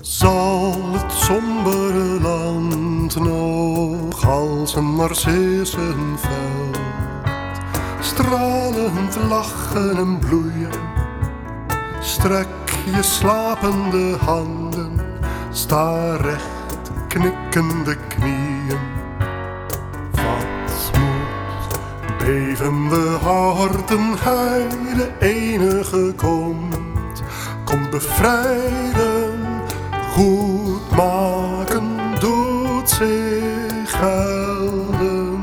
Zal het sombere land nog als een narcissenveld stralend lachen en bloeien? Strek je slapende handen, sta recht, knikkende knieën. Wat moet bevende harten hij, de enige komt bevrijden, goed maken doet zich gelden,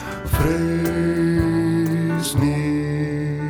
vrees niet.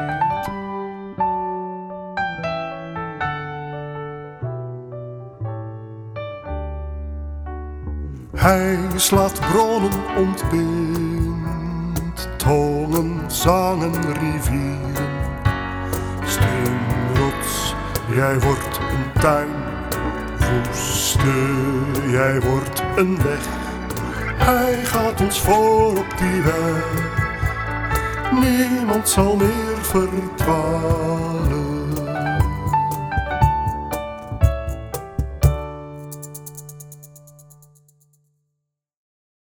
Hij slaat bronnen, ontbindt tongen, zangen, rivieren. Steenrots, jij wordt een tuin, woeste, jij wordt een weg. Hij gaat ons voor op die weg, niemand zal meer verdwalen.